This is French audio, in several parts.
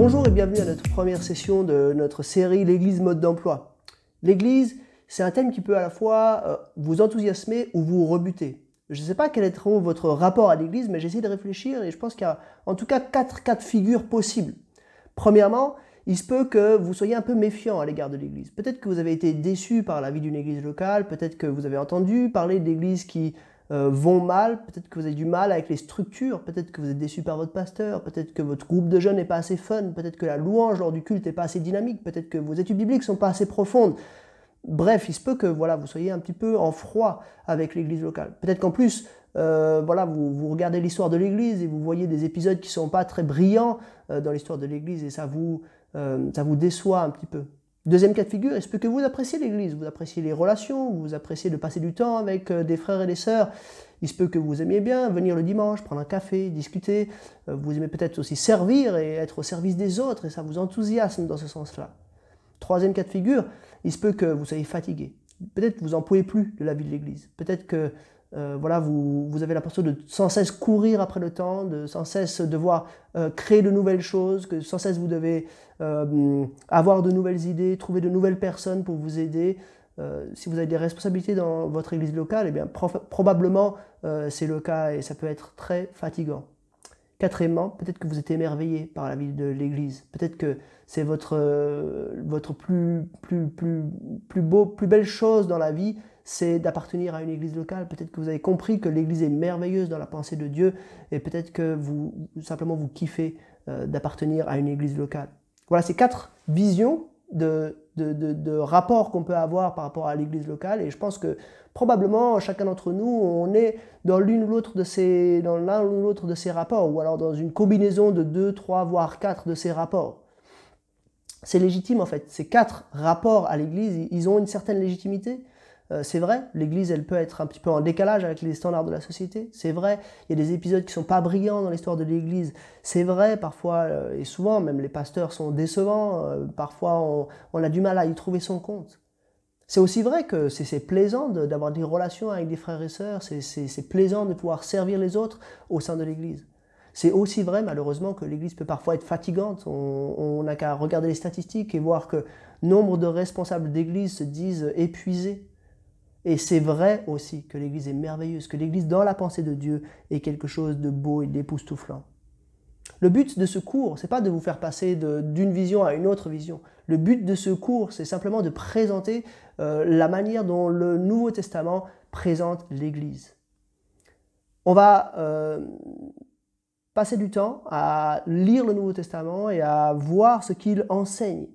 Bonjour et bienvenue à notre première session de notre série L'Église mode d'emploi. L'Église, c'est un thème qui peut à la fois vous enthousiasmer ou vous rebuter. Je ne sais pas quel est votre rapport à l'Église, mais j'ai essayé de réfléchir et je pense qu'il y a en tout cas 4 cas de figure possibles. Premièrement, il se peut que vous soyez un peu méfiant à l'égard de l'Église. Peut-être que vous avez été déçu par la vie d'une Église locale, peut-être que vous avez entendu parler d'Églises qui vont mal, peut-être que vous avez du mal avec les structures, peut-être que vous êtes déçu par votre pasteur, peut-être que votre groupe de jeunes n'est pas assez fun, peut-être que la louange lors du culte n'est pas assez dynamique, peut-être que vos études bibliques ne sont pas assez profondes. Bref, il se peut que vous soyez un petit peu en froid avec l'église locale. Peut-être qu'en plus, vous regardez l'histoire de l'église et vous voyez des épisodes qui ne sont pas très brillants dans l'histoire de l'église et ça vous déçoit un petit peu. Deuxième cas de figure, il se peut que vous appréciez l'église, vous appréciez les relations, vous appréciez de passer du temps avec des frères et des sœurs. Il se peut que vous aimiez bien venir le dimanche, prendre un café, discuter. Vous aimez peut-être aussi servir et être au service des autres et ça vous enthousiasme dans ce sens-là. Troisième cas de figure, il se peut que vous soyez fatigué. Peut-être que vous n'en pouvez plus de la vie de l'église. Peut-être que vous avez l'impression de sans cesse courir après le temps, de sans cesse devoir créer de nouvelles choses, que sans cesse vous devez avoir de nouvelles idées, trouver de nouvelles personnes pour vous aider. Si vous avez des responsabilités dans votre église locale, eh bien, probablement c'est le cas et ça peut être très fatigant. Quatrièmement, peut-être que vous êtes émerveillé par la vie de l'église. Peut-être que c'est votre plus belle chose dans la vie, c'est d'appartenir à une église locale. Peut-être que vous avez compris que l'église est merveilleuse dans la pensée de Dieu et peut-être que simplement vous kiffez d'appartenir à une église locale. Voilà ces 4 visions de rapports qu'on peut avoir par rapport à l'église locale et je pense que probablement chacun d'entre nous on est dans l'un ou l'autre de ces rapports ou alors dans une combinaison de 2, 3 voire 4 de ces rapports. C'est légitime en fait, ces 4 rapports à l'église, ils ont une certaine légitimité. C'est vrai, l'église elle peut être un petit peu en décalage avec les standards de la société, c'est vrai, il y a des épisodes qui ne sont pas brillants dans l'histoire de l'église, c'est vrai, parfois et souvent même les pasteurs sont décevants, parfois on a du mal à y trouver son compte. C'est aussi vrai que c'est plaisant d'avoir des relations avec des frères et sœurs, c'est plaisant de pouvoir servir les autres au sein de l'église. C'est aussi vrai malheureusement que l'église peut parfois être fatigante, on n'a qu'à regarder les statistiques et voir que nombre de responsables d'église se disent épuisés. Et c'est vrai aussi que l'Église est merveilleuse, que l'Église dans la pensée de Dieu est quelque chose de beau et d'époustouflant. Le but de ce cours, ce n'est pas de vous faire passer d'une vision à une autre vision. Le but de ce cours, c'est simplement de présenter la manière dont le Nouveau Testament présente l'Église. On va passer du temps à lire le Nouveau Testament et à voir ce qu'il enseigne.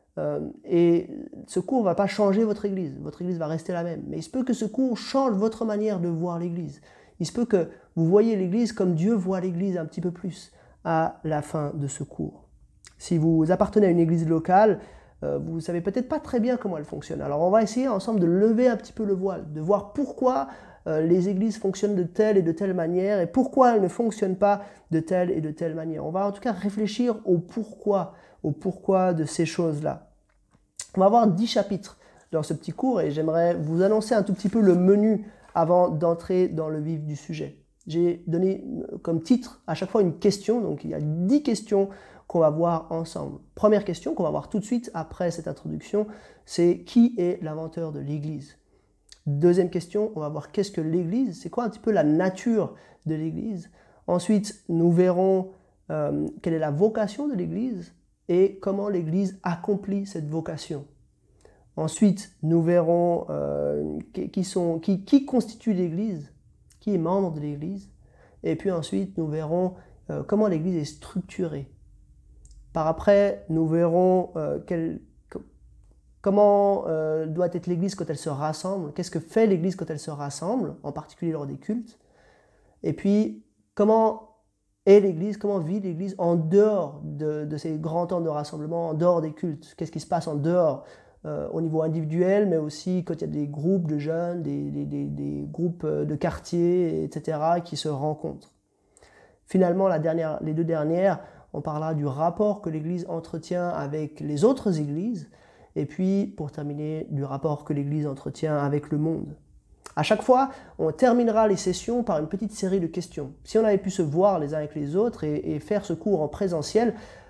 Et ce cours ne va pas changer votre église va rester la même. Mais il se peut que ce cours change votre manière de voir l'église. Il se peut que vous voyez l'église comme Dieu voit l'église un petit peu plus à la fin de ce cours. Si vous appartenez à une église locale, vous ne savez peut-être pas très bien comment elle fonctionne. Alors on va essayer ensemble de lever un petit peu le voile, de voir pourquoi les églises fonctionnent de telle et de telle manière et pourquoi elles ne fonctionnent pas de telle et de telle manière. On va en tout cas réfléchir au pourquoi de ces choses-là. On va avoir 10 chapitres dans ce petit cours et j'aimerais vous annoncer un tout petit peu le menu avant d'entrer dans le vif du sujet. J'ai donné comme titre à chaque fois une question, donc il y a 10 questions qu'on va voir ensemble. Première question qu'on va voir tout de suite après cette introduction, c'est qui est l'inventeur de l'Église? Deuxième question, on va voir qu'est-ce que l'Église, c'est quoi un petit peu la nature de l'Église? Ensuite, nous verrons quelle est la vocation de l'Église et comment l'Église accomplit cette vocation. Ensuite, nous verrons qui constitue l'Église, qui est membre de l'Église, et puis ensuite nous verrons comment l'Église est structurée. Par après, nous verrons comment doit être l'Église quand elle se rassemble, qu'est-ce que fait l'Église quand elle se rassemble, en particulier lors des cultes, et puis comment est l'Église, comment vit l'Église en dehors de ces grands temps de rassemblement, en dehors des cultes. Qu'est-ce qui se passe en dehors au niveau individuel, mais aussi quand il y a des groupes de jeunes, des groupes de quartier, etc., qui se rencontrent. Finalement, les 2 dernières, on parlera du rapport que l'Église entretient avec les autres églises, et puis, pour terminer, du rapport que l'Église entretient avec le monde. À chaque fois, on terminera les sessions par une petite série de questions. Si on avait pu se voir les uns avec les autres et faire ce cours en présentiel,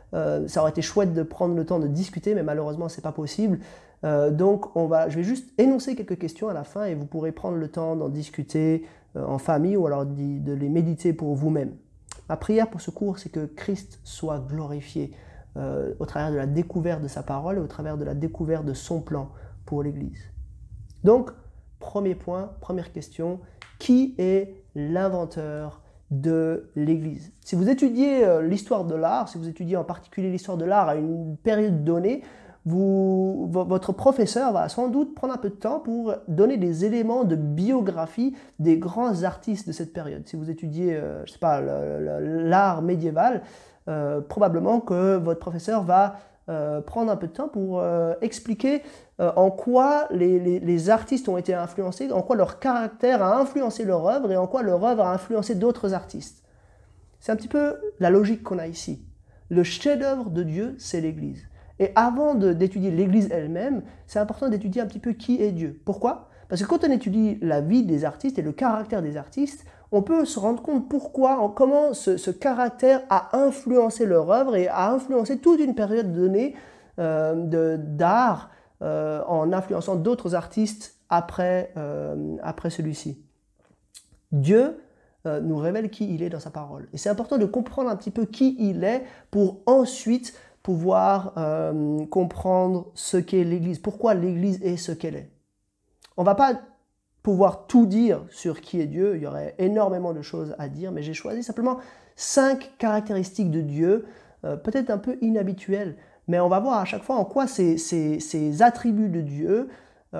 Ça aurait été chouette de prendre le temps de discuter, mais malheureusement, ce n'est pas possible. Donc, je vais juste énoncer quelques questions à la fin et vous pourrez prendre le temps d'en discuter en famille ou alors de les méditer pour vous-même. Ma prière pour ce cours, c'est que Christ soit glorifié au travers de la découverte de sa parole et au travers de la découverte de son plan pour l'Église. Donc, premier point, première question, qui est l'inventeur de l'Église? Si vous étudiez l'histoire de l'art, si vous étudiez en particulier l'histoire de l'art à une période donnée, votre professeur va sans doute prendre un peu de temps pour donner des éléments de biographie des grands artistes de cette période. Si vous étudiez, je sais pas, l'art médiéval, probablement que votre professeur va prendre un peu de temps pour expliquer en quoi les artistes ont été influencés, en quoi leur caractère a influencé leur œuvre et en quoi leur œuvre a influencé d'autres artistes. C'est un petit peu la logique qu'on a ici. Le chef-d'œuvre de Dieu, c'est l'Église. Et avant d'étudier l'Église elle-même, c'est important d'étudier un petit peu qui est Dieu. Pourquoi? Parce que quand on étudie la vie des artistes et le caractère des artistes, on peut se rendre compte comment ce caractère a influencé leur œuvre et a influencé toute une période donnée d'art en influençant d'autres artistes après celui-ci. Dieu nous révèle qui il est dans sa parole. Et c'est important de comprendre un petit peu qui il est pour ensuite pouvoir comprendre ce qu'est l'Église, pourquoi l'Église est ce qu'elle est. On ne va pas pouvoir tout dire sur qui est Dieu, il y aurait énormément de choses à dire, mais j'ai choisi simplement 5 caractéristiques de Dieu, peut-être un peu inhabituelles, mais on va voir à chaque fois en quoi ces attributs de Dieu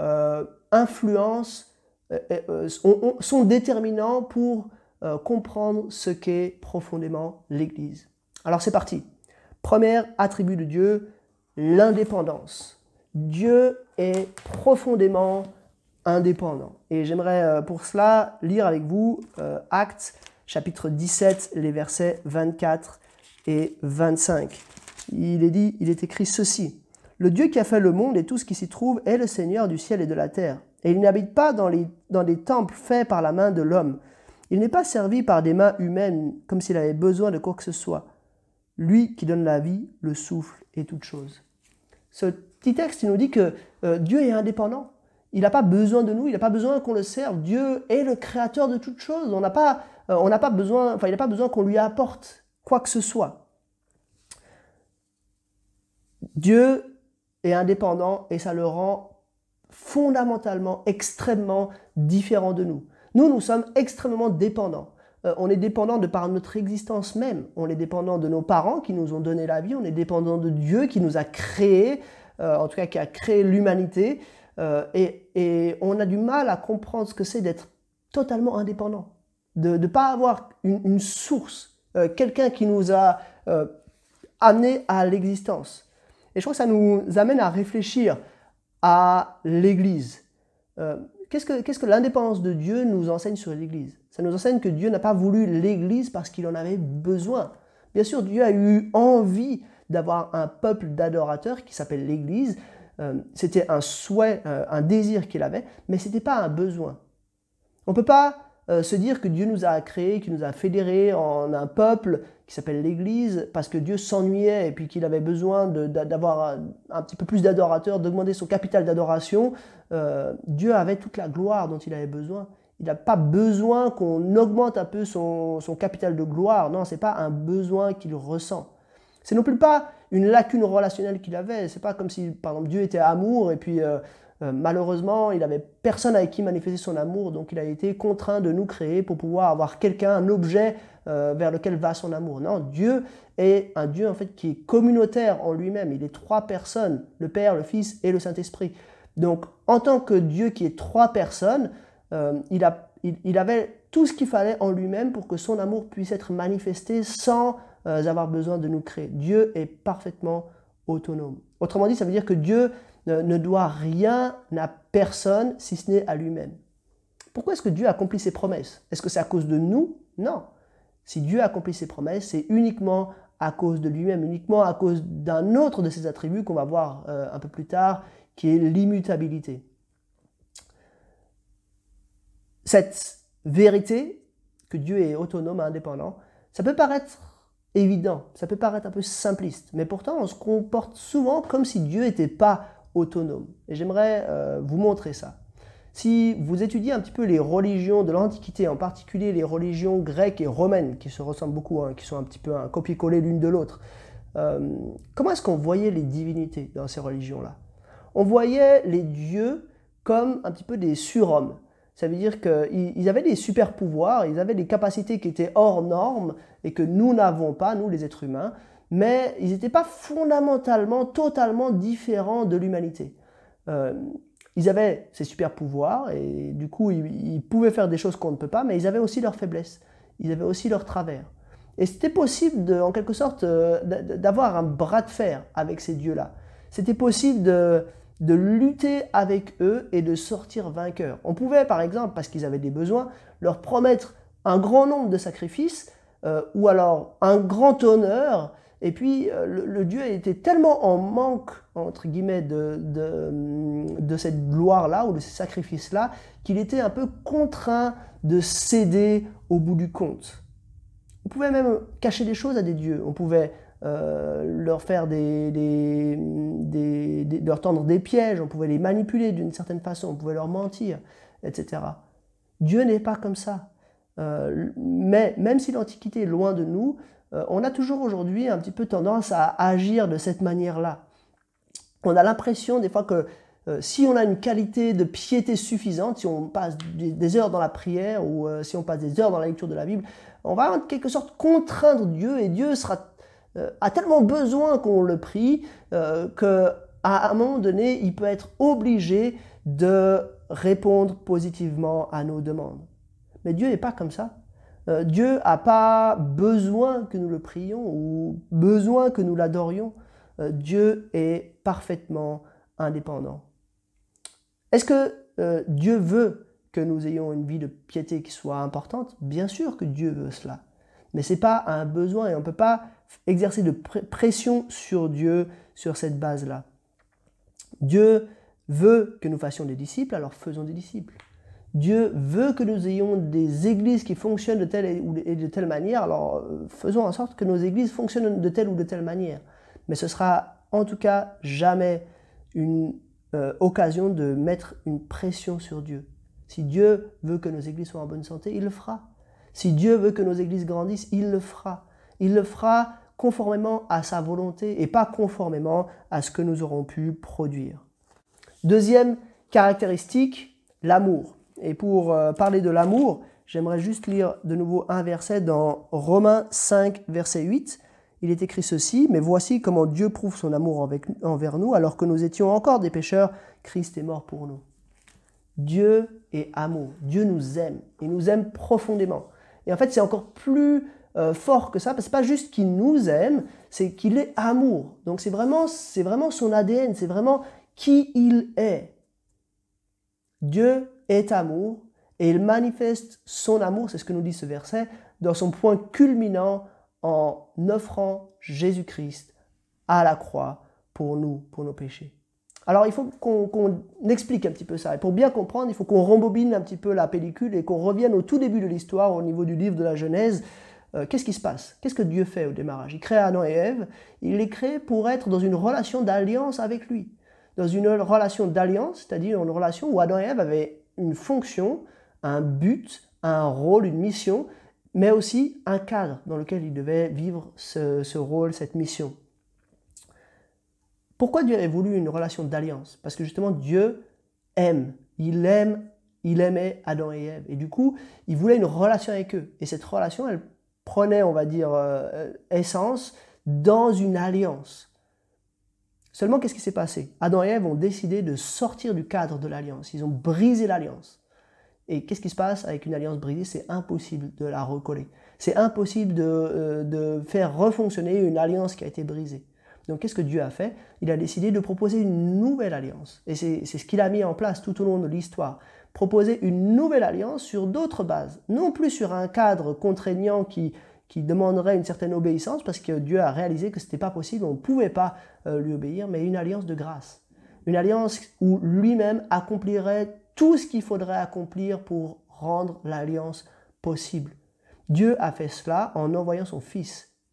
sont déterminants pour comprendre ce qu'est profondément l'Église. Alors c'est parti. Premier attribut de Dieu, l'indépendance. Dieu est profondément indépendant. Et j'aimerais pour cela lire avec vous Actes chapitre 17, les versets 24 et 25. Il est écrit ceci. « Le Dieu qui a fait le monde et tout ce qui s'y trouve est le Seigneur du ciel et de la terre. Et il n'habite pas dans des temples faits par la main de l'homme. Il n'est pas servi par des mains humaines comme s'il avait besoin de quoi que ce soit. Lui qui donne la vie, le souffle et toutes choses. » Ce petit texte, il nous dit que Dieu est indépendant. Il n'a pas besoin de nous, il n'a pas besoin qu'on le serve. Dieu est le créateur de toutes choses. Il n'a pas besoin qu'on lui apporte quoi que ce soit. Dieu est indépendant et ça le rend fondamentalement, extrêmement différent de nous. Nous sommes extrêmement dépendants. On est dépendant de par notre existence même. On est dépendant de nos parents qui nous ont donné la vie. On est dépendant de Dieu qui nous a créés, en tout cas qui a créé l'humanité. Et on a du mal à comprendre ce que c'est d'être totalement indépendant. De ne pas avoir une source, quelqu'un qui nous a amenés à l'existence. Et je crois que ça nous amène à réfléchir à l'Église. Qu'est-ce que l'indépendance de Dieu nous enseigne sur l'Église? Ça nous enseigne que Dieu n'a pas voulu l'Église parce qu'il en avait besoin. Bien sûr, Dieu a eu envie d'avoir un peuple d'adorateurs qui s'appelle l'Église. C'était un souhait, un désir qu'il avait, mais ce n'était pas un besoin. On ne peut pas se dire que Dieu nous a créés, qu'il nous a fédérés en un peuple qui s'appelle l'Église parce que Dieu s'ennuyait et puis qu'il avait besoin d'avoir un petit peu plus d'adorateurs, d'augmenter son capital d'adoration. Dieu avait toute la gloire dont il avait besoin. Il n'a pas besoin qu'on augmente un peu son capital de gloire. Non, ce n'est pas un besoin qu'il ressent. C'est non plus pas une lacune relationnelle qu'il avait. C'est pas comme si, par exemple, Dieu était amour et puis malheureusement, il n'avait personne avec qui manifester son amour, donc il a été contraint de nous créer pour pouvoir avoir quelqu'un, un objet vers lequel va son amour. Non, Dieu est un Dieu en fait qui est communautaire en lui-même. Il est 3 personnes, le Père, le Fils et le Saint-Esprit. Donc, en tant que Dieu qui est 3 personnes, il avait tout ce qu'il fallait en lui-même pour que son amour puisse être manifesté sans avoir besoin de nous créer. Dieu est parfaitement autonome. Autrement dit, ça veut dire que Dieu ne doit rien à personne si ce n'est à lui-même. Pourquoi est-ce que Dieu accomplit ses promesses? Est-ce que c'est à cause de nous? Non. Si Dieu accomplit ses promesses, c'est uniquement à cause de lui-même, uniquement à cause d'un autre de ses attributs qu'on va voir un peu plus tard, qui est l'immutabilité. Cette vérité, que Dieu est autonome et indépendant, ça peut paraître évident, ça peut paraître un peu simpliste, mais pourtant on se comporte souvent comme si Dieu n'était pas autonome. Et j'aimerais vous montrer ça. Si vous étudiez un petit peu les religions de l'Antiquité, en particulier les religions grecques et romaines, qui se ressemblent beaucoup, qui sont un petit peu un copier-coller l'une de l'autre, comment est-ce qu'on voyait les divinités dans ces religions-là? On voyait les dieux comme un petit peu des surhommes. Ça veut dire qu'ils avaient des super pouvoirs, ils avaient des capacités qui étaient hors normes et que nous n'avons pas, nous les êtres humains, mais ils n'étaient pas fondamentalement, totalement différents de l'humanité. Ils avaient ces super pouvoirs et du coup ils pouvaient faire des choses qu'on ne peut pas, mais ils avaient aussi leurs faiblesses, ils avaient aussi leurs travers. Et c'était possible, en quelque sorte, d'avoir un bras de fer avec ces dieux-là. C'était possible de lutter avec eux et de sortir vainqueur. On pouvait, par exemple, parce qu'ils avaient des besoins, leur promettre un grand nombre de sacrifices ou alors un grand honneur. Et puis, le Dieu était tellement en manque, entre guillemets, de cette gloire-là ou de ces sacrifices-là, qu'il était un peu contraint de céder au bout du compte. On pouvait même cacher des choses à des dieux. On pouvait leur faire leur tendre des pièges, on pouvait les manipuler d'une certaine façon, on pouvait leur mentir, etc. Dieu n'est pas comme ça. Mais même si l'Antiquité est loin de nous, on a toujours aujourd'hui un petit peu tendance à agir de cette manière-là. On a l'impression des fois que si on a une qualité de piété suffisante, si on passe des heures dans la prière ou si on passe des heures dans la lecture de la Bible, on va en quelque sorte contraindre Dieu et Dieu a tellement besoin qu'on le prie qu'à un moment donné, il peut être obligé de répondre positivement à nos demandes. Mais Dieu n'est pas comme ça. Dieu n'a pas besoin que nous le prions ou besoin que nous l'adorions. Dieu est parfaitement indépendant. Est-ce que Dieu veut que nous ayons une vie de piété qui soit importante? Bien sûr que Dieu veut cela. Mais ce n'est pas un besoin et on ne peut pas exercer de pression sur Dieu sur cette base-là. Dieu veut que nous fassions des disciples, alors faisons des disciples. Dieu veut que nous ayons des églises qui fonctionnent de telle et de telle manière, alors faisons en sorte que nos églises fonctionnent de telle ou de telle manière. Mais ce sera en tout cas jamais une occasion de mettre une pression sur Dieu. Si Dieu veut que nos églises soient en bonne santé, il le fera. Si Dieu veut que nos églises grandissent, il le fera. Il le fera conformément à sa volonté et pas conformément à ce que nous aurons pu produire. Deuxième caractéristique, l'amour. Et pour parler de l'amour, j'aimerais juste lire de nouveau un verset dans Romains 5, verset 8. Il est écrit ceci: « Mais voici comment Dieu prouve son amour envers nous, alors que nous étions encore des pécheurs, Christ est mort pour nous. » Dieu est amour. Dieu nous aime. Il nous aime profondément. Et en fait, c'est encore plus fort que ça, parce que ce n'est pas juste qu'il nous aime, c'est qu'il est amour. Donc c'est vraiment son ADN, c'est vraiment qui il est. Dieu est amour et il manifeste son amour, c'est ce que nous dit ce verset, dans son point culminant en offrant Jésus-Christ à la croix pour nous, pour nos péchés. Alors il faut qu'on explique un petit peu ça. Et pour bien comprendre, il faut qu'on rembobine un petit peu la pellicule et qu'on revienne au tout début de l'histoire, au niveau du livre de la Genèse. Qu'est-ce qui se passe? Qu'est-ce que Dieu fait au démarrage? Il crée Adam et Ève. Il les crée pour être dans une relation d'alliance avec lui. Dans une relation d'alliance, c'est-à-dire une relation où Adam et Ève avaient une fonction, un but, un rôle, une mission, mais aussi un cadre dans lequel ils devaient vivre ce rôle, cette mission. Pourquoi Dieu avait voulu une relation d'alliance? Parce que justement, Dieu aime. Il aimait Adam et Ève. Et du coup, il voulait une relation avec eux. Et cette relation, elle prenait, on va dire, essence dans une alliance. Seulement, qu'est-ce qui s'est passé? Adam et Ève ont décidé de sortir du cadre de l'alliance. Ils ont brisé l'alliance. Et qu'est-ce qui se passe avec une alliance brisée? C'est impossible de la recoller. C'est impossible de faire refonctionner une alliance qui a été brisée. Donc qu'est-ce que Dieu a fait? Il a décidé de proposer une nouvelle alliance. Et c'est ce qu'il a mis en place tout au long de l'histoire. Proposer une nouvelle alliance sur d'autres bases. Non plus sur un cadre contraignant qui demanderait une certaine obéissance, parce que Dieu a réalisé que ce n'était pas possible, on ne pouvait pas lui obéir, mais une alliance de grâce. Une alliance où lui-même accomplirait tout ce qu'il faudrait accomplir pour rendre l'alliance possible. Dieu a fait cela en envoyant son Fils,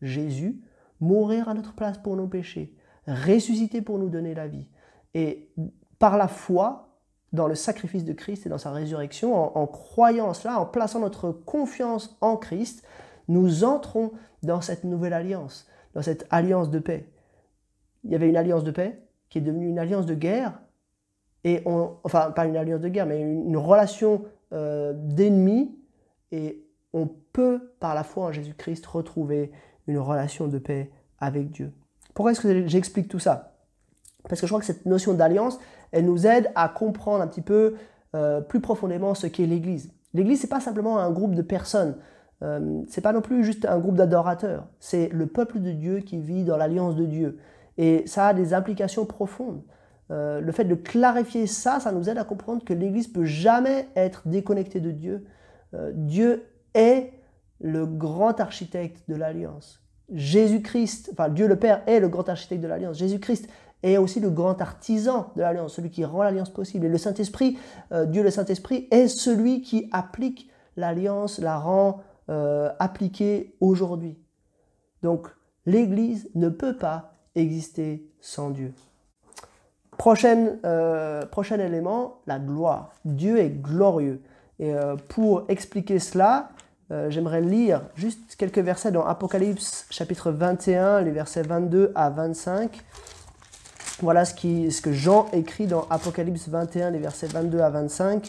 Jésus, mourir à notre place pour nos péchés, ressusciter pour nous donner la vie. Et par la foi, dans le sacrifice de Christ et dans sa résurrection, en croyant en cela, en plaçant notre confiance en Christ, nous entrons dans cette nouvelle alliance, dans cette alliance de paix. Il y avait une alliance de paix qui est devenue une alliance de guerre, enfin pas une alliance de guerre, mais une relation d'ennemis, et on peut, par la foi en Jésus-Christ, retrouver une relation de paix avec Dieu. Pourquoi est-ce que j'explique tout ça? Parce que je crois que cette notion d'alliance, elle nous aide à comprendre un petit peu plus profondément ce qu'est l'Église. L'Église, ce n'est pas simplement un groupe de personnes, ce n'est pas non plus juste un groupe d'adorateurs, c'est le peuple de Dieu qui vit dans l'alliance de Dieu. Et ça a des implications profondes. Le fait de clarifier ça, ça nous aide à comprendre que l'Église ne peut jamais être déconnectée de Dieu. Dieu est le grand architecte de l'alliance. Jésus-Christ, enfin Dieu le Père est le grand architecte de l'alliance. Jésus-Christ est aussi le grand artisan de l'alliance, celui qui rend l'alliance possible. Et le Saint-Esprit, Dieu le Saint-Esprit est celui qui applique l'alliance, la rend appliquée aujourd'hui. Donc l'Église ne peut pas exister sans Dieu. Prochain élément, la gloire. Dieu est glorieux. Et pour expliquer cela, j'aimerais lire juste quelques versets dans Apocalypse chapitre 21, les versets 22 à 25. Voilà ce que Jean écrit dans Apocalypse 21, les versets 22 à 25.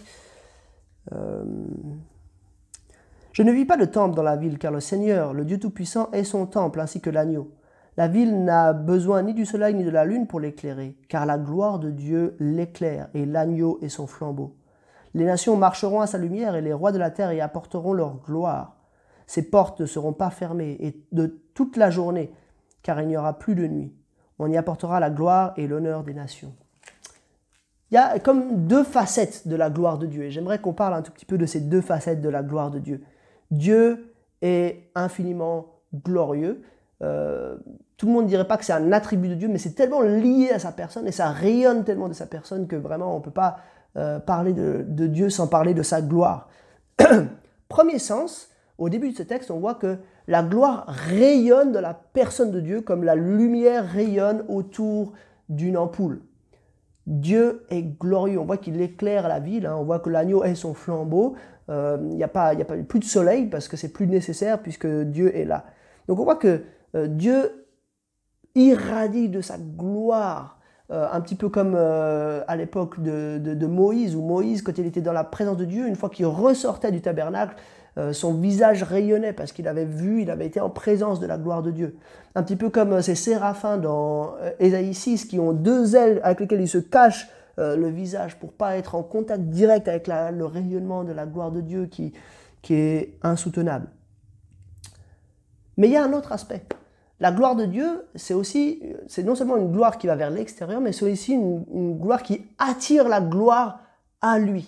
Je ne vis pas de temple dans la ville, car le Seigneur, le Dieu Tout-Puissant, est son temple, ainsi que l'agneau. La ville n'a besoin ni du soleil ni de la lune pour l'éclairer, car la gloire de Dieu l'éclaire, et l'agneau est son flambeau. Les nations marcheront à sa lumière, et les rois de la terre y apporteront leur gloire. Ses portes ne seront pas fermées, et de toute la journée, car il n'y aura plus de nuit. On y apportera la gloire et l'honneur des nations. Il y a comme deux facettes de la gloire de Dieu, et j'aimerais qu'on parle un tout petit peu de ces deux facettes de la gloire de Dieu. Dieu est infiniment glorieux. Tout le monde ne dirait pas que c'est un attribut de Dieu, mais c'est tellement lié à sa personne et ça rayonne tellement de sa personne que vraiment on ne peut pas parler de Dieu sans parler de sa gloire. Premier sens, au début de ce texte, on voit que la gloire rayonne de la personne de Dieu comme la lumière rayonne autour d'une ampoule. Dieu est glorieux, on voit qu'il éclaire la ville, on voit que l'agneau est son flambeau, il n'y a plus de soleil parce que c'est plus nécessaire puisque Dieu est là. Donc on voit que Dieu irradie de sa gloire, un petit peu comme à l'époque de Moïse, où Moïse, quand il était dans la présence de Dieu, une fois qu'il ressortait du tabernacle, son visage rayonnait parce qu'il avait été en présence de la gloire de Dieu. Un petit peu comme ces séraphins dans Ésaïe 6 qui ont deux ailes avec lesquelles ils se cachent le visage pour ne pas être en contact direct avec le rayonnement de la gloire de Dieu qui est insoutenable. Mais il y a un autre aspect. La gloire de Dieu, c'est non seulement une gloire qui va vers l'extérieur, mais c'est aussi une gloire qui attire la gloire à lui.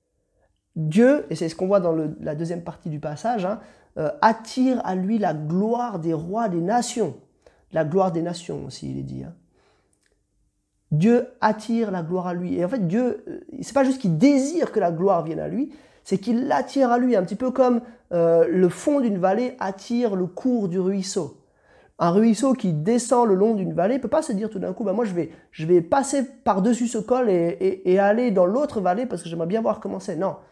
Dieu, et c'est ce qu'on voit dans la deuxième partie du passage, attire à lui la gloire des rois des nations. La gloire des nations aussi, il est dit. Dieu attire la gloire à lui. Et en fait, Dieu, c'est pas juste qu'il désire que la gloire vienne à lui, c'est qu'il l'attire à lui, un petit peu comme le fond d'une vallée attire le cours du ruisseau. Un ruisseau qui descend le long d'une vallée ne peut pas se dire tout d'un coup, moi je vais passer par-dessus ce col et aller dans l'autre vallée parce que j'aimerais bien voir comment c'est. Non,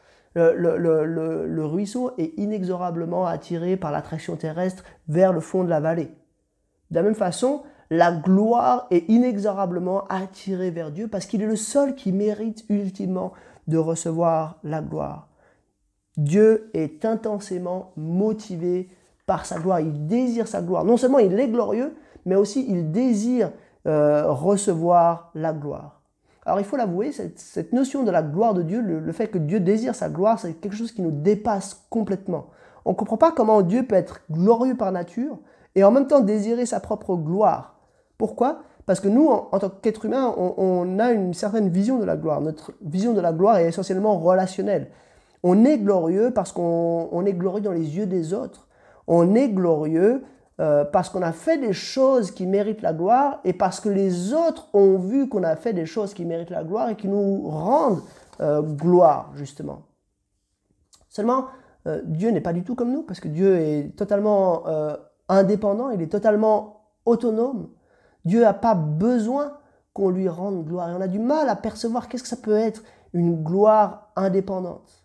le ruisseau est inexorablement attiré par l'attraction terrestre vers le fond de la vallée. De la même façon, la gloire est inexorablement attirée vers Dieu parce qu'il est le seul qui mérite ultimement de recevoir la gloire. Dieu est intensément motivé par sa gloire, il désire sa gloire. Non seulement il est glorieux, mais aussi il désire recevoir la gloire. Alors il faut l'avouer, cette notion de la gloire de Dieu, le fait que Dieu désire sa gloire, c'est quelque chose qui nous dépasse complètement. On ne comprend pas comment Dieu peut être glorieux par nature et en même temps désirer sa propre gloire. Pourquoi ? Parce que nous, en tant qu'être humain, on a une certaine vision de la gloire. Notre vision de la gloire est essentiellement relationnelle. On est glorieux parce qu'on est glorieux dans les yeux des autres. On est glorieux parce qu'on a fait des choses qui méritent la gloire et parce que les autres ont vu qu'on a fait des choses qui méritent la gloire et qui nous rendent gloire, justement. Seulement, Dieu n'est pas du tout comme nous parce que Dieu est totalement indépendant, il est totalement autonome. Dieu n'a pas besoin qu'on lui rende gloire. Et on a du mal à percevoir qu'est-ce que ça peut être une gloire indépendante.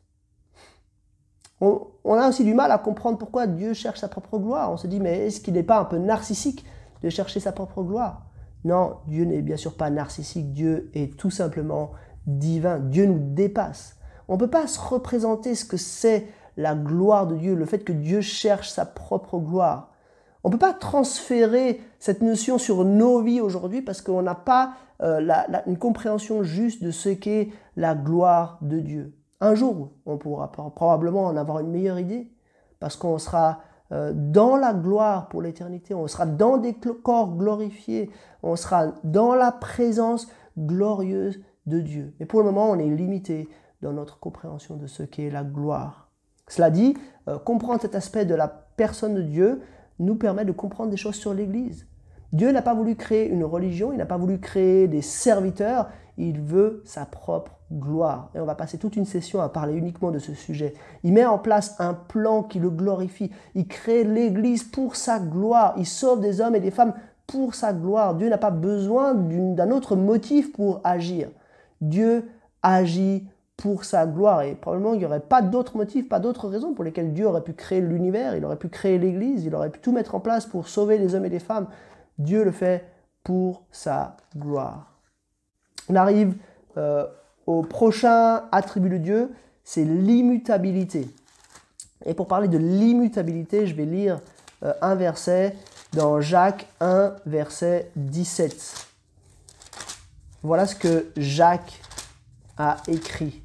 On a aussi du mal à comprendre pourquoi Dieu cherche sa propre gloire. On se dit, mais est-ce qu'il n'est pas un peu narcissique de chercher sa propre gloire? Non, Dieu n'est bien sûr pas narcissique. Dieu est tout simplement divin. Dieu nous dépasse. On ne peut pas se représenter ce que c'est la gloire de Dieu, le fait que Dieu cherche sa propre gloire. On ne peut pas transférer cette notion sur nos vies aujourd'hui parce qu'on n'a pas une compréhension juste de ce qu'est la gloire de Dieu. Un jour, on pourra probablement en avoir une meilleure idée parce qu'on sera dans la gloire pour l'éternité, on sera dans des corps glorifiés, on sera dans la présence glorieuse de Dieu. Mais pour le moment, on est limité dans notre compréhension de ce qu'est la gloire. Cela dit, comprendre cet aspect de la personne de Dieu nous permet de comprendre des choses sur l'Église. Dieu n'a pas voulu créer une religion, il n'a pas voulu créer des serviteurs, il veut sa propre gloire. Et on va passer toute une session à parler uniquement de ce sujet. Il met en place un plan qui le glorifie. Il crée l'Église pour sa gloire. Il sauve des hommes et des femmes pour sa gloire. Dieu n'a pas besoin d'un autre motif pour agir. Dieu agit pour sa gloire. Et probablement, il n'y aurait pas d'autres motifs, pas d'autres raisons pour lesquelles Dieu aurait pu créer l'univers, il aurait pu créer l'Église, il aurait pu tout mettre en place pour sauver les hommes et les femmes. Dieu le fait pour sa gloire. On arrive au prochain attribut de Dieu, c'est l'immutabilité. Et pour parler de l'immutabilité, je vais lire un verset dans Jacques 1, verset 17. Voilà ce que Jacques a écrit.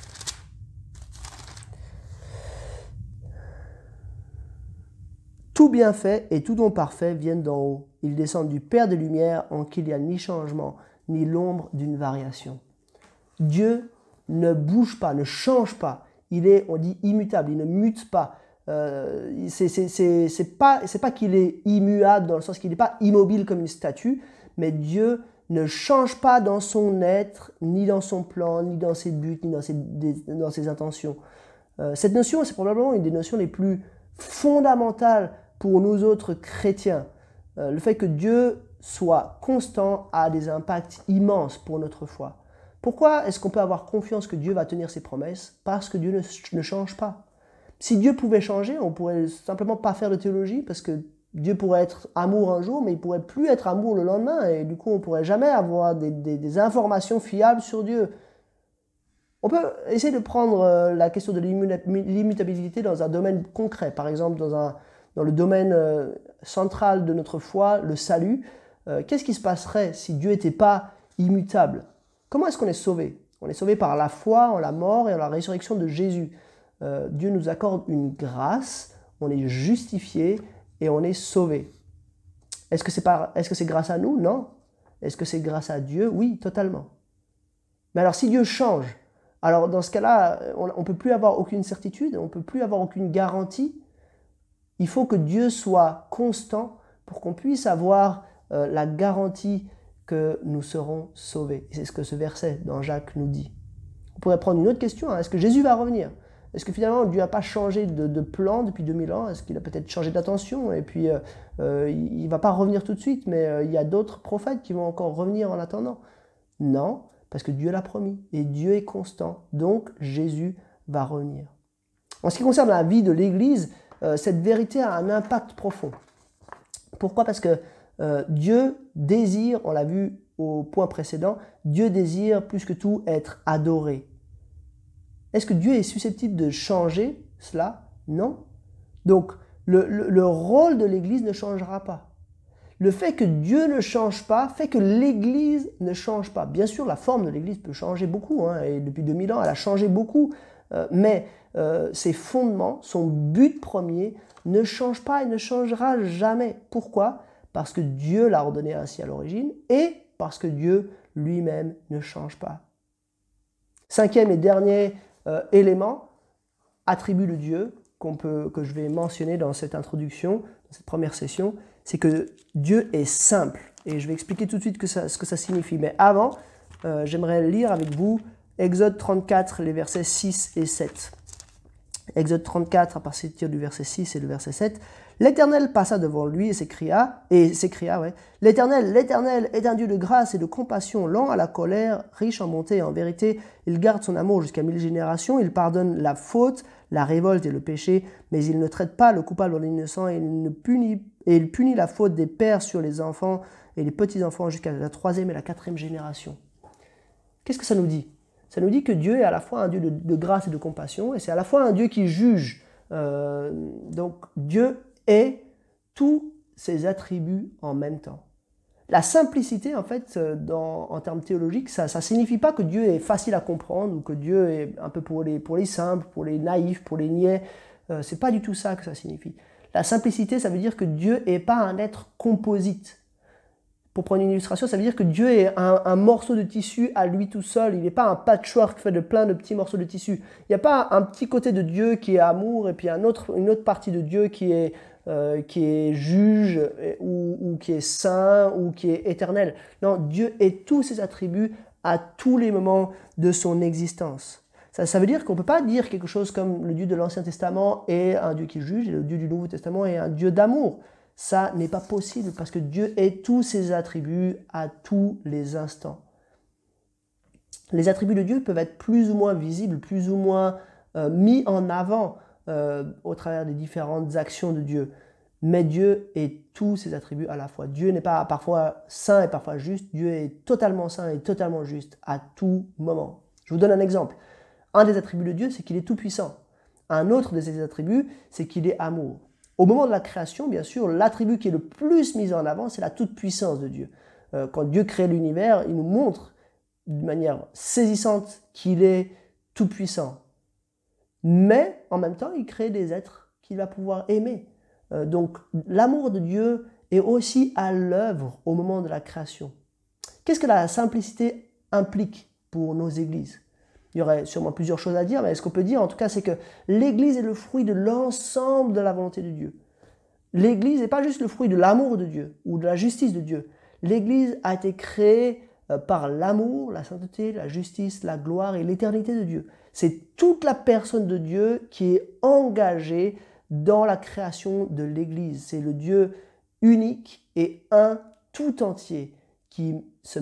Tout bienfait et tout don parfait viennent d'en haut. Ils descendent du Père des Lumières en qui il n'y a ni changement, ni l'ombre d'une variation. Dieu ne bouge pas, ne change pas. Il est, on dit, immutable, il ne mute pas. C'est pas qu'il est immuable dans le sens qu'il n'est pas immobile comme une statue, mais Dieu ne change pas dans son être, ni dans son plan, ni dans ses buts, ni dans ses intentions. Cette notion, c'est probablement une des notions les plus fondamentales pour nous autres chrétiens. Le fait que Dieu soit constant a des impacts immenses pour notre foi. Pourquoi est-ce qu'on peut avoir confiance que Dieu va tenir ses promesses? Parce que Dieu ne change pas. Si Dieu pouvait changer, on pourrait simplement pas faire de théologie parce que Dieu pourrait être amour un jour, mais il pourrait plus être amour le lendemain et du coup on pourrait jamais avoir des informations fiables sur Dieu. On peut essayer de prendre la question de l'immutabilité dans un domaine concret, par exemple dans le domaine central de notre foi, le salut. Qu'est-ce qui se passerait si Dieu n'était pas immutable? Comment est-ce qu'on est sauvé? On est sauvé par la foi en la mort et en la résurrection de Jésus. Dieu nous accorde une grâce, on est justifié et on est sauvé. Est-ce que c'est grâce à nous? Non. Est-ce que c'est grâce à Dieu? Oui, totalement. Mais alors si Dieu change, alors dans ce cas-là, on ne peut plus avoir aucune certitude, on ne peut plus avoir aucune garantie. Il faut que Dieu soit constant pour qu'on puisse avoir la garantie que nous serons sauvés. C'est ce que ce verset dans Jacques nous dit. On pourrait prendre une autre question, hein. Est-ce que Jésus va revenir? Est-ce que finalement Dieu n'a pas changé de plan depuis 2000 ans? Est-ce qu'il a peut-être changé d'attention? Et puis il ne va pas revenir tout de suite, mais il y a d'autres prophètes qui vont encore revenir en attendant. Non, parce que Dieu l'a promis et Dieu est constant, donc Jésus va revenir. En ce qui concerne la vie de l'Église, cette vérité a un impact profond. Pourquoi? Parce que Dieu désire, on l'a vu au point précédent, Dieu désire plus que tout être adoré. Est-ce que Dieu est susceptible de changer cela? Non. Donc, le rôle de l'Église ne changera pas. Le fait que Dieu ne change pas fait que l'Église ne change pas. Bien sûr, la forme de l'Église peut changer beaucoup, hein, et depuis 2000 ans, elle a changé beaucoup, mais ses fondements, son but premier, ne change pas et ne changera jamais. Pourquoi? Parce que Dieu l'a ordonné ainsi à l'origine et parce que Dieu lui-même ne change pas. Cinquième et dernier élément, attribut de Dieu que je vais mentionner dans cette introduction, dans cette première session, c'est que Dieu est simple. Et je vais expliquer tout de suite ce que ça signifie. Mais avant, j'aimerais lire avec vous Exode 34, les versets 6 et 7. Exode 34, à partir du verset 6 et le verset 7. L'Éternel passa devant lui et s'écria, L'Éternel, l'Éternel est un Dieu de grâce et de compassion, lent à la colère, riche en bonté et en vérité. Il garde son amour jusqu'à 1000 générations. Il pardonne la faute, la révolte et le péché, mais il ne traite pas le coupable en innocent et il punit la faute des pères sur les enfants et les petits-enfants jusqu'à la 3e et la 4e génération. Qu'est-ce que ça nous dit? Ça nous dit que Dieu est à la fois un Dieu de grâce et de compassion, et c'est à la fois un Dieu qui juge. Donc Dieu est tous ses attributs en même temps. La simplicité, en fait, en termes théologiques, ça ne signifie pas que Dieu est facile à comprendre ou que Dieu est un peu pour les simples, pour les naïfs, pour les niais. C'est pas du tout ça que ça signifie. La simplicité, ça veut dire que Dieu n'est pas un être composite. Pour prendre une illustration, ça veut dire que Dieu est un morceau de tissu à lui tout seul. Il n'est pas un patchwork fait de plein de petits morceaux de tissu. Il n'y a pas un petit côté de Dieu qui est amour et puis une autre partie de Dieu qui est juge ou qui est saint ou qui est éternel. Non, Dieu est tous ses attributs à tous les moments de son existence. Ça veut dire qu'on ne peut pas dire quelque chose comme le Dieu de l'Ancien Testament est un Dieu qui juge et le Dieu du Nouveau Testament est un Dieu d'amour. Ça n'est pas possible parce que Dieu est tous ses attributs à tous les instants. Les attributs de Dieu peuvent être plus ou moins visibles, plus ou moins mis en avant au travers des différentes actions de Dieu. Mais Dieu est tous ses attributs à la fois. Dieu n'est pas parfois saint et parfois juste. Dieu est totalement saint et totalement juste à tout moment. Je vous donne un exemple. Un des attributs de Dieu, c'est qu'il est tout puissant. Un autre de ses attributs, c'est qu'il est amour. Au moment de la création, bien sûr, l'attribut qui est le plus mis en avant, c'est la toute-puissance de Dieu. Quand Dieu crée l'univers, il nous montre de manière saisissante qu'il est tout-puissant. Mais, en même temps, il crée des êtres qu'il va pouvoir aimer. Donc, l'amour de Dieu est aussi à l'œuvre au moment de la création. Qu'est-ce que la simplicité implique pour nos églises? Il y aurait sûrement plusieurs choses à dire, mais ce qu'on peut dire en tout cas, c'est que l'Église est le fruit de l'ensemble de la volonté de Dieu. L'Église n'est pas juste le fruit de l'amour de Dieu ou de la justice de Dieu. L'Église a été créée par l'amour, la sainteté, la justice, la gloire et l'éternité de Dieu. C'est toute la personne de Dieu qui est engagée dans la création de l'Église. C'est le Dieu unique et un tout entier qui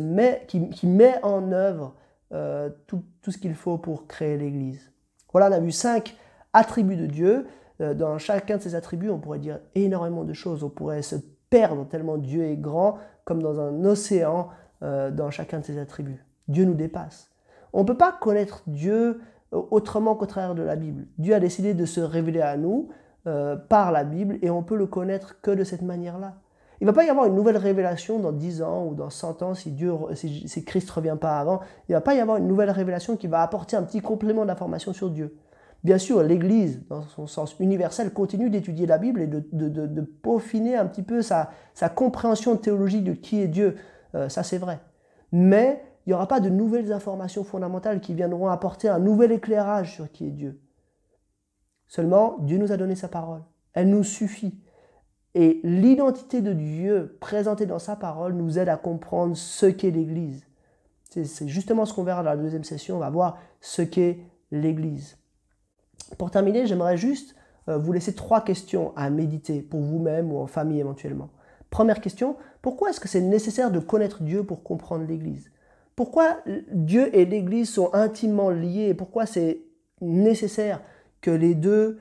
met en œuvre tout ce qu'il faut pour créer l'Église. Voilà, on a vu 5 attributs de Dieu. Dans chacun de ces attributs, on pourrait dire énormément de choses. On pourrait se perdre tellement Dieu est grand, comme dans un océan, dans chacun de ces attributs. Dieu nous dépasse. On ne peut pas connaître Dieu autrement qu'au travers de la Bible. Dieu a décidé de se révéler à nous par la Bible et on peut le connaître que de cette manière-là. Il ne va pas y avoir une nouvelle révélation dans 10 ans ou dans 100 ans si Christ ne revient pas avant. Il ne va pas y avoir une nouvelle révélation qui va apporter un petit complément d'information sur Dieu. Bien sûr, l'Église, dans son sens universel, continue d'étudier la Bible et de peaufiner un petit peu sa compréhension théologique de qui est Dieu. Ça, c'est vrai. Mais il n'y aura pas de nouvelles informations fondamentales qui viendront apporter un nouvel éclairage sur qui est Dieu. Seulement, Dieu nous a donné sa parole. Elle nous suffit. Et l'identité de Dieu présentée dans sa parole nous aide à comprendre ce qu'est l'Église. C'est justement ce qu'on verra dans la deuxième session. On va voir ce qu'est l'Église. Pour terminer, j'aimerais juste vous laisser 3 questions à méditer pour vous-même ou en famille éventuellement. Première question, pourquoi est-ce que c'est nécessaire de connaître Dieu pour comprendre l'Église? Pourquoi Dieu et l'Église sont intimement liés et pourquoi c'est nécessaire que les deux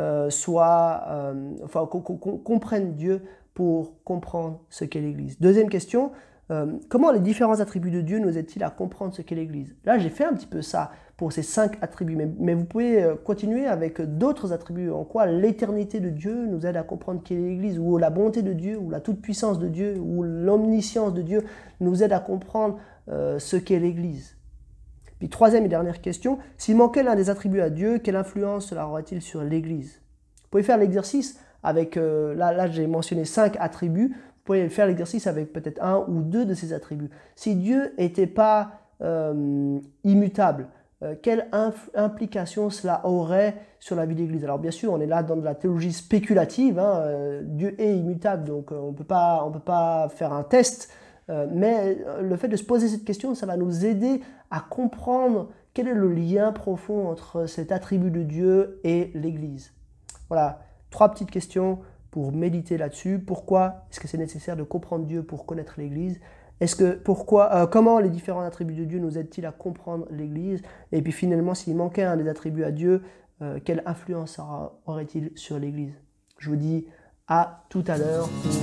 qu'on comprenne Dieu pour comprendre ce qu'est l'Église? Deuxième question, comment les différents attributs de Dieu nous aident-ils à comprendre ce qu'est l'Église? Là, j'ai fait un petit peu ça pour ces 5 attributs, mais vous pouvez continuer avec d'autres attributs. En quoi l'éternité de Dieu nous aide à comprendre qu'est l'Église, ou la bonté de Dieu, ou la toute-puissance de Dieu, ou l'omniscience de Dieu nous aide à comprendre ce qu'est l'Église. Puis troisième et dernière question, s'il manquait l'un des attributs à Dieu, quelle influence cela aurait-il sur l'Église? Vous pouvez faire l'exercice avec, là j'ai mentionné 5 attributs, vous pouvez faire l'exercice avec peut-être 1 ou 2 de ces attributs. Si Dieu n'était pas immutable, quelle implication cela aurait sur la vie de l'Église? Alors bien sûr, on est là dans de la théologie spéculative, Dieu est immutable, donc on ne peut pas faire un test, mais le fait de se poser cette question, ça va nous aider à comprendre quel est le lien profond entre cet attribut de Dieu et l'Église? Voilà, 3 petites questions pour méditer là-dessus. Pourquoi est-ce que c'est nécessaire de comprendre Dieu pour connaître l'Église? Comment les différents attributs de Dieu nous aident-ils à comprendre l'Église? Et puis finalement, s'il manquait un des attributs à Dieu, quelle influence aurait-il sur l'Église? Je vous dis à tout à l'heure pour